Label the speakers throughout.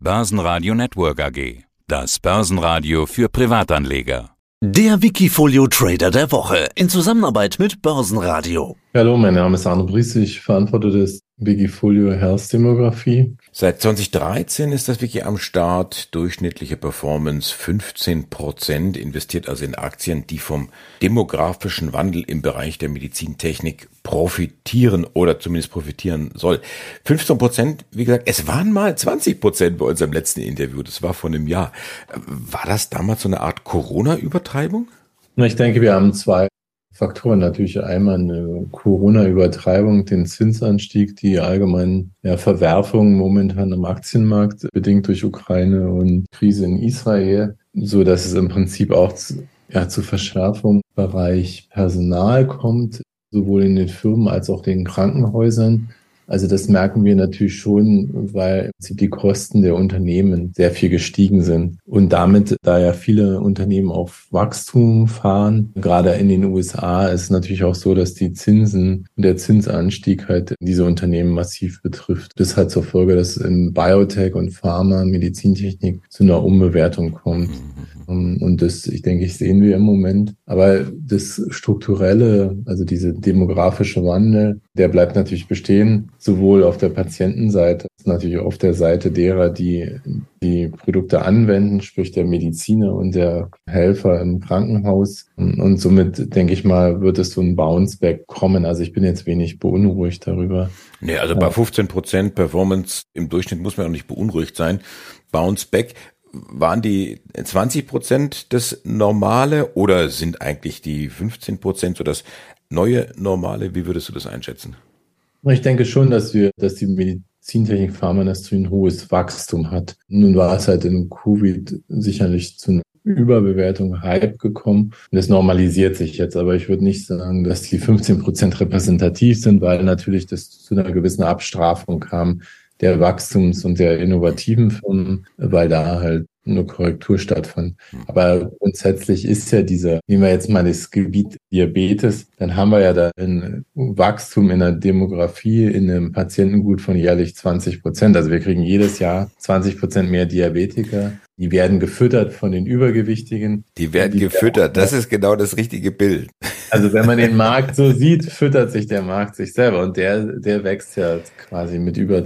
Speaker 1: Börsenradio Network AG. Das Börsenradio für Privatanleger.
Speaker 2: Der Wikifolio Trader der Woche in Zusammenarbeit mit Börsenradio.
Speaker 3: Hallo, mein Name ist Arno Bries, ich verantworte das Wikifolio Health Demography.
Speaker 4: Seit 2013 ist das Wiki am Start, durchschnittliche Performance 15%, investiert also in Aktien, die vom demografischen Wandel im Bereich der Medizintechnik profitieren oder zumindest profitieren soll. 15%, wie gesagt, es waren mal 20% bei unserem letzten Interview, das war vor einem Jahr. War das damals so eine Art Corona-Übertreibung?
Speaker 3: Ich denke, wir haben zwei Faktoren. Natürlich einmal eine Corona-Übertreibung, den Zinsanstieg, die allgemeinen Verwerfungen momentan am Aktienmarkt, bedingt durch Ukraine und Krise in Israel, so dass es im Prinzip auch zu Verschärfung im Bereich Personal kommt, sowohl in den Firmen als auch den Krankenhäusern. Also das merken wir natürlich schon, weil die Kosten der Unternehmen sehr viel gestiegen sind. Und damit, da ja viele Unternehmen auf Wachstum fahren, gerade in den USA, ist es natürlich auch so, dass die Zinsen und der Zinsanstieg halt diese Unternehmen massiv betrifft. Das hat zur Folge, dass in Biotech und Pharma, Medizintechnik zu einer Umbewertung kommt. Und das, ich denke, sehen wir im Moment. Aber das Strukturelle, also diese demografische Wandel, der bleibt natürlich bestehen, sowohl auf der Patientenseite als natürlich auf der Seite derer, die die Produkte anwenden, sprich der Mediziner und der Helfer im Krankenhaus. Und somit, denke ich mal, wird es so ein Bounce-Back kommen. Also ich bin jetzt wenig beunruhigt darüber.
Speaker 4: Nee, also bei 15% Performance im Durchschnitt muss man auch nicht beunruhigt sein. Bounce-Back. Waren die 20% das Normale oder sind eigentlich die 15% so das neue Normale? Wie würdest du das einschätzen?
Speaker 3: Ich denke schon, dass die Medizintechnik, Pharmaindustrie ein hohes Wachstum hat. Nun war es halt in Covid sicherlich zu einer Überbewertung, Hype gekommen. Und es normalisiert sich jetzt. Aber ich würde nicht sagen, dass die 15% repräsentativ sind, weil natürlich das zu einer gewissen Abstrafung kam der Wachstums- und der innovativen Firmen, weil da halt eine Korrektur stattfand. Aber grundsätzlich ist ja nehmen wir jetzt mal das Gebiet Diabetes, dann haben wir ja da ein Wachstum in der Demografie in einem Patientengut von jährlich 20%. Also wir kriegen jedes Jahr 20% mehr Diabetiker. Die werden gefüttert von den Übergewichtigen.
Speaker 4: Die werden gefüttert, das ist genau das richtige Bild.
Speaker 3: Also wenn man den Markt so sieht, füttert sich der Markt sich selber und der wächst ja quasi mit über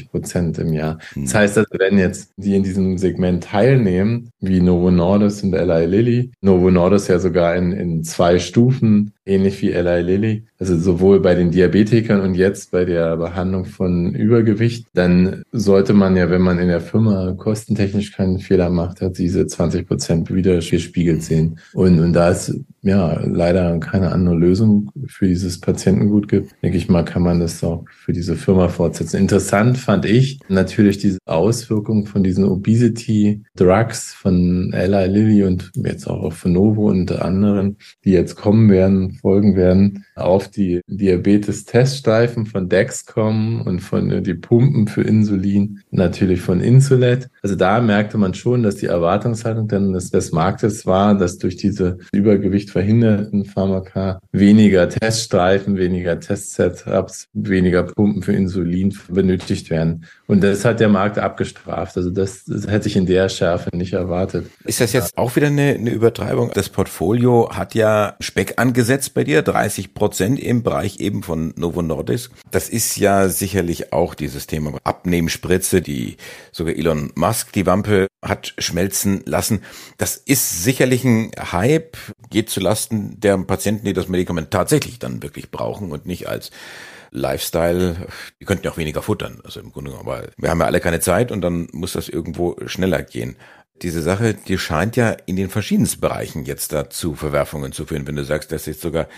Speaker 3: 20% im Jahr. Das heißt, also wenn jetzt die in diesem Segment teilnehmen, wie Novo Nordisk und Eli Lilly, Novo Nordisk ja sogar in 2 Stufen, ähnlich wie Eli Lilly, also sowohl bei den Diabetikern und jetzt bei der Behandlung von Übergewicht, dann sollte man ja, wenn man in der Firma kostentechnisch keinen Fehler macht, hat diese 20% wieder gespiegelt sehen. Und da es leider keine andere Lösung für dieses Patientengut gibt, denke ich mal, kann man das auch für diese Firma fortsetzen. Interessant fand ich natürlich diese Auswirkungen von diesen Obesity-Drugs von Eli Lilly und jetzt auch von Novo und anderen, die jetzt kommen werden, folgen werden, auf die Diabetes-Teststreifen von Dexcom und von die Pumpen für Insulin, natürlich von Insulet. Also da merkte man schon, dass die Erwartungshaltung des Marktes war, dass durch diese Übergewicht verhinderten Pharmaka weniger Teststreifen, weniger Test-Setups, weniger Pumpen für Insulin benötigt werden. Und das hat der Markt abgestraft. Also das hätte ich in der Schärfe nicht erwartet.
Speaker 4: Ist das jetzt auch wieder eine Übertreibung? Das Portfolio hat ja Speck angesetzt bei dir, 30% im Bereich eben von Novo Nordisk. Das ist ja sicherlich auch dieses Thema Abnehmspritze, die sogar Elon Musk die Wampe hat schmelzen lassen. Das ist sicherlich ein Hype, geht zulasten der Patienten, die das Medikament tatsächlich dann wirklich brauchen und nicht als Lifestyle. Die könnten ja auch weniger futtern, also im Grunde genommen. Aber wir haben ja alle keine Zeit und dann muss das irgendwo schneller gehen. Diese Sache, die scheint ja in den verschiedensten Bereichen jetzt da zu Verwerfungen zu führen, wenn du sagst, dass jetzt sogar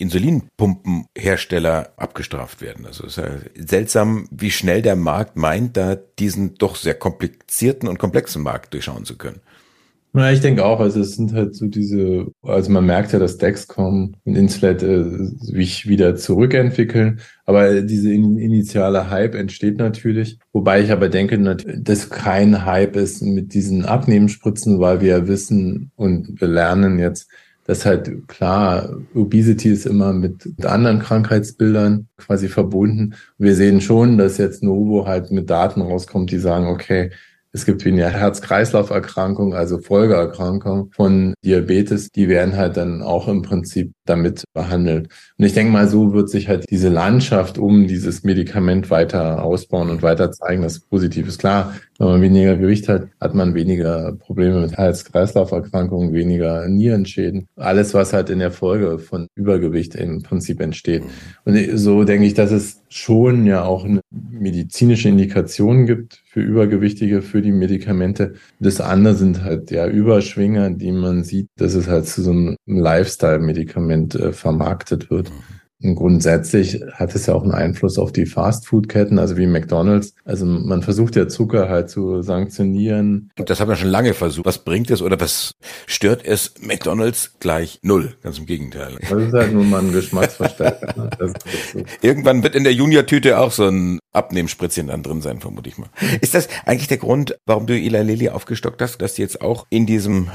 Speaker 4: Insulinpumpenhersteller abgestraft werden. Also es ist ja seltsam, wie schnell der Markt meint, da diesen doch sehr komplizierten und komplexen Markt durchschauen zu können.
Speaker 3: Ja, ich denke auch, also es sind halt so also man merkt ja, dass Dexcom und Insulet sich wieder zurückentwickeln, aber diese initiale Hype entsteht natürlich, wobei ich aber denke, dass kein Hype ist mit diesen Abnehmenspritzen, weil wir ja wissen und wir lernen jetzt, dass halt klar, Obesity ist immer mit anderen Krankheitsbildern quasi verbunden. Wir sehen schon, dass jetzt Novo halt mit Daten rauskommt, die sagen, okay, Es gibt weniger Herz-Kreislauf-Erkrankungen, also Folgeerkrankungen von Diabetes, die werden halt dann auch im Prinzip damit behandelt. Und ich denke mal, so wird sich halt diese Landschaft um dieses Medikament weiter ausbauen und weiter zeigen, dass es positiv ist. Klar, wenn man weniger Gewicht hat, hat man weniger Probleme mit Herz-Kreislauf-Erkrankungen, weniger Nierenschäden. Alles, was halt in der Folge von Übergewicht im Prinzip entsteht. Und so denke ich, dass es schon ja auch eine medizinische Indikation gibt für Übergewichtige, für die Medikamente. Das andere sind halt ja Überschwinger, die man sieht, dass es halt zu so einem Lifestyle-Medikament vermarktet wird. Und grundsätzlich hat es ja auch einen Einfluss auf die Fastfood-Ketten, also wie McDonald's. Also man versucht ja Zucker halt zu sanktionieren.
Speaker 4: Das haben wir schon lange versucht. Was bringt es oder was stört es? McDonald's gleich 0. Ganz im Gegenteil.
Speaker 3: Das ist halt nun mal ein Geschmacksverstärker. Das ist so.
Speaker 4: Irgendwann wird in der Junior-Tüte auch so ein Abnehmspritzchen dann drin sein, vermute ich mal. Ist das eigentlich der Grund, warum du Eli Lilly aufgestockt hast, dass die jetzt auch in diesem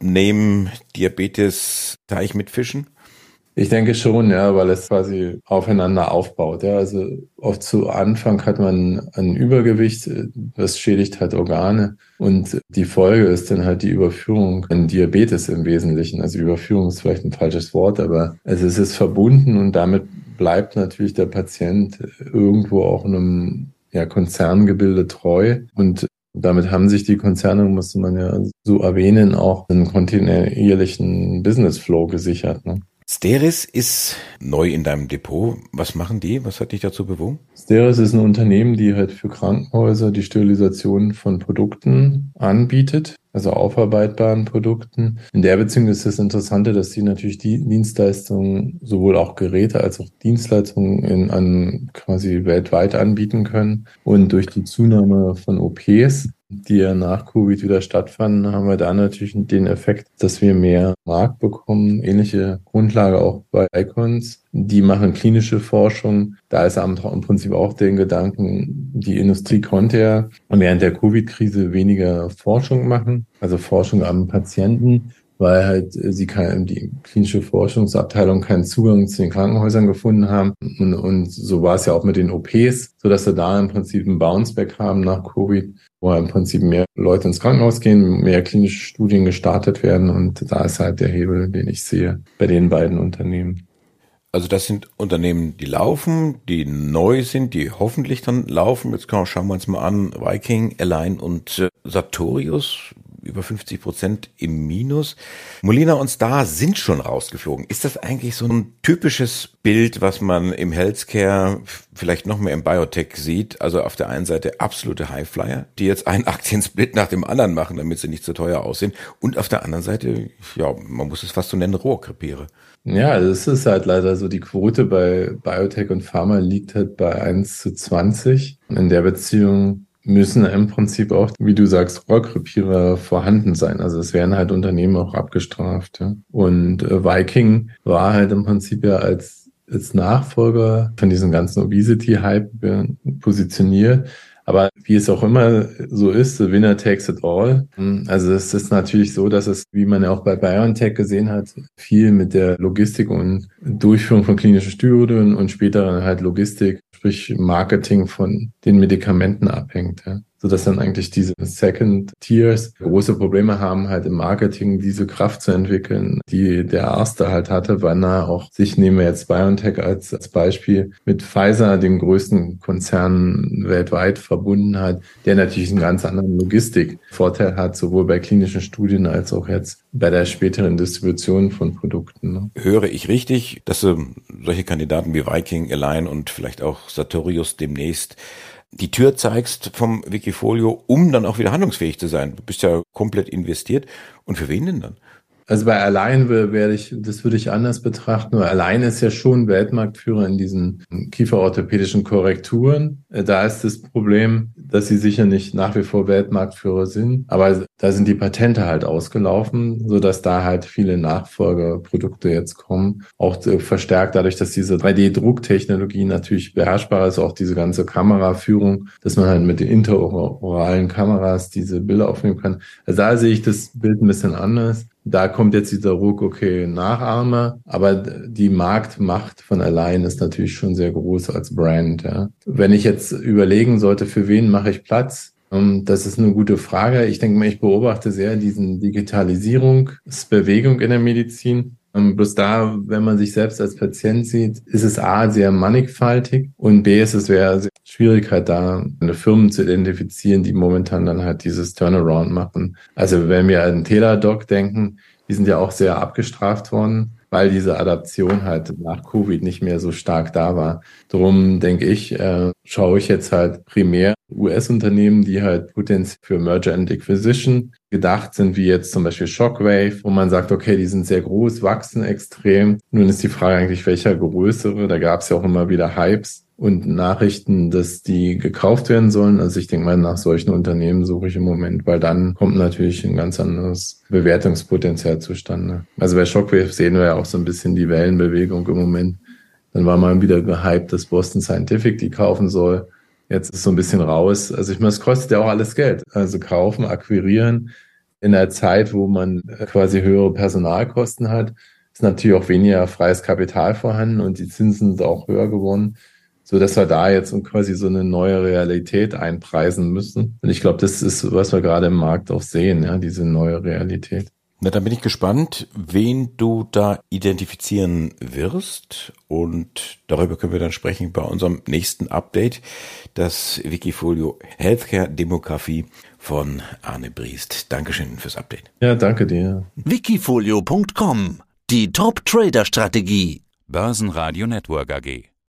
Speaker 4: Abnehmen-Diabetes-Teich mitfischen?
Speaker 3: Ich denke schon, ja, weil es quasi aufeinander aufbaut. Ja, also oft zu Anfang hat man ein Übergewicht, das schädigt halt Organe. Und die Folge ist dann halt die Überführung in Diabetes im Wesentlichen. Also Überführung ist vielleicht ein falsches Wort, aber also es ist verbunden und damit bleibt natürlich der Patient irgendwo auch einem Konzerngebilde treu. Und damit haben sich die Konzerne, musste man ja so erwähnen, auch einen kontinuierlichen Businessflow gesichert, ne?
Speaker 4: Steris ist neu in deinem Depot. Was machen die? Was hat dich dazu bewogen?
Speaker 3: Steris ist ein Unternehmen, die halt für Krankenhäuser die Sterilisation von Produkten anbietet, also aufarbeitbaren Produkten. In der Beziehung ist das Interessante, dass sie natürlich die Dienstleistungen, sowohl auch Geräte als auch Dienstleistungen an quasi weltweit anbieten können. Und durch die Zunahme von OPs, die ja nach Covid wieder stattfanden, haben wir da natürlich den Effekt, dass wir mehr Markt bekommen. Ähnliche Grundlage auch bei Icons. Die machen klinische Forschung. Da ist im Prinzip auch den Gedanken, die Industrie konnte ja während der Covid-Krise weniger Forschung machen, also Forschung am Patienten, weil halt die klinische Forschungsabteilung keinen Zugang zu den Krankenhäusern gefunden haben. Und so war es ja auch mit den OPs, sodass wir da im Prinzip ein Bounce-Back haben nach Covid, wo im Prinzip mehr Leute ins Krankenhaus gehen, mehr klinische Studien gestartet werden. Und da ist halt der Hebel, den ich sehe bei den beiden Unternehmen.
Speaker 4: Also das sind Unternehmen, die laufen, die neu sind, die hoffentlich dann laufen. Jetzt schauen wir uns mal an, Viking, Align und Sartorius, über 50% im Minus. Molina und Star sind schon rausgeflogen. Ist das eigentlich so ein typisches Bild, was man im Healthcare, vielleicht noch mehr im Biotech sieht? Also auf der einen Seite absolute Highflyer, die jetzt einen Aktiensplit nach dem anderen machen, damit sie nicht zu teuer aussehen. Und auf der anderen Seite, ja, man muss es fast so nennen, Rohrkrepiere.
Speaker 3: Ja, das ist halt leider so. Die Quote bei Biotech und Pharma liegt halt bei 1:20. In der Beziehung müssen im Prinzip auch, wie du sagst, Rohrkrepierer vorhanden sein. Also es werden halt Unternehmen auch abgestraft. Ja. Und Viking war halt im Prinzip ja als Nachfolger von diesem ganzen Obesity-Hype positioniert. Aber wie es auch immer so ist, the winner takes it all. Also es ist natürlich so, dass es, wie man ja auch bei BioNTech gesehen hat, viel mit der Logistik und Durchführung von klinischen Studien und später halt Logistik, sprich Marketing von den Medikamenten abhängt. Ja. Sodass dann eigentlich diese Second Tiers große Probleme haben, halt im Marketing diese Kraft zu entwickeln, die der Erste halt hatte, weil er auch sich, nehmen wir jetzt BioNTech als Beispiel, mit Pfizer, dem größten Konzern weltweit, verbunden hat, der natürlich einen ganz anderen Logistikvorteil hat, sowohl bei klinischen Studien als auch jetzt bei der späteren Distribution von Produkten. Ne?
Speaker 4: Höre ich richtig, dass solche Kandidaten wie Viking, Align und vielleicht auch Sartorius demnächst die Tür zeigst vom Wikifolio, um dann auch wieder handlungsfähig zu sein? Du bist ja komplett investiert. Und für wen denn dann?
Speaker 3: Also bei Align würde ich anders betrachten. Nur Align ist ja schon Weltmarktführer in diesen kieferorthopädischen Korrekturen. Da ist das Problem, dass sie sicher nicht nach wie vor Weltmarktführer sind. Aber da sind die Patente halt ausgelaufen, sodass da halt viele Nachfolgerprodukte jetzt kommen. Auch verstärkt dadurch, dass diese 3D-Drucktechnologie natürlich beherrschbar ist, auch diese ganze Kameraführung, dass man halt mit den interoralen Kameras diese Bilder aufnehmen kann. Also da sehe ich das Bild ein bisschen anders. Da kommt jetzt dieser Ruck, okay, Nachahmer, aber die Marktmacht von Align ist natürlich schon sehr groß als Brand. Ja. Wenn ich jetzt überlegen sollte, für wen mache ich Platz, Das ist eine gute Frage. Ich denke mal, ich beobachte sehr diesen Digitalisierungsbewegung in der Medizin. Bloß da, wenn man sich selbst als Patient sieht, ist es A, sehr mannigfaltig und B, ist es sehr schwierig, halt da eine Firmen zu identifizieren, die momentan dann halt dieses Turnaround machen. Also wenn wir an Teladoc denken, die sind ja auch sehr abgestraft worden, weil diese Adaption halt nach Covid nicht mehr so stark da war. Darum denke ich, schaue ich jetzt halt primär US-Unternehmen, die halt potenziell für Merger and Acquisition gedacht sind, wie jetzt zum Beispiel Shockwave, wo man sagt, okay, die sind sehr groß, wachsen extrem. Nun ist die Frage eigentlich, welcher größere? Da gab es ja auch immer wieder Hypes und Nachrichten, dass die gekauft werden sollen. Also ich denke mal, nach solchen Unternehmen suche ich im Moment, weil dann kommt natürlich ein ganz anderes Bewertungspotenzial zustande. Also bei Shockwave sehen wir ja auch so ein bisschen die Wellenbewegung im Moment. Dann war mal wieder gehypt, dass Boston Scientific die kaufen soll. Jetzt ist so ein bisschen raus. Also ich meine, es kostet ja auch alles Geld. Also kaufen, akquirieren in einer Zeit, wo man quasi höhere Personalkosten hat, ist natürlich auch weniger freies Kapital vorhanden und die Zinsen sind auch höher geworden, so dass wir da jetzt quasi so eine neue Realität einpreisen müssen. Und ich glaube, das ist, was wir gerade im Markt auch sehen, ja, diese neue Realität.
Speaker 4: Na, dann bin ich gespannt, wen du da identifizieren wirst, und darüber können wir dann sprechen bei unserem nächsten Update, das Wikifolio Healthcare Demografie von Arne Briest. Dankeschön fürs Update.
Speaker 3: Ja, danke dir.
Speaker 2: Wikifolio.com, die Top-Trader-Strategie.
Speaker 1: Börsenradio Network AG.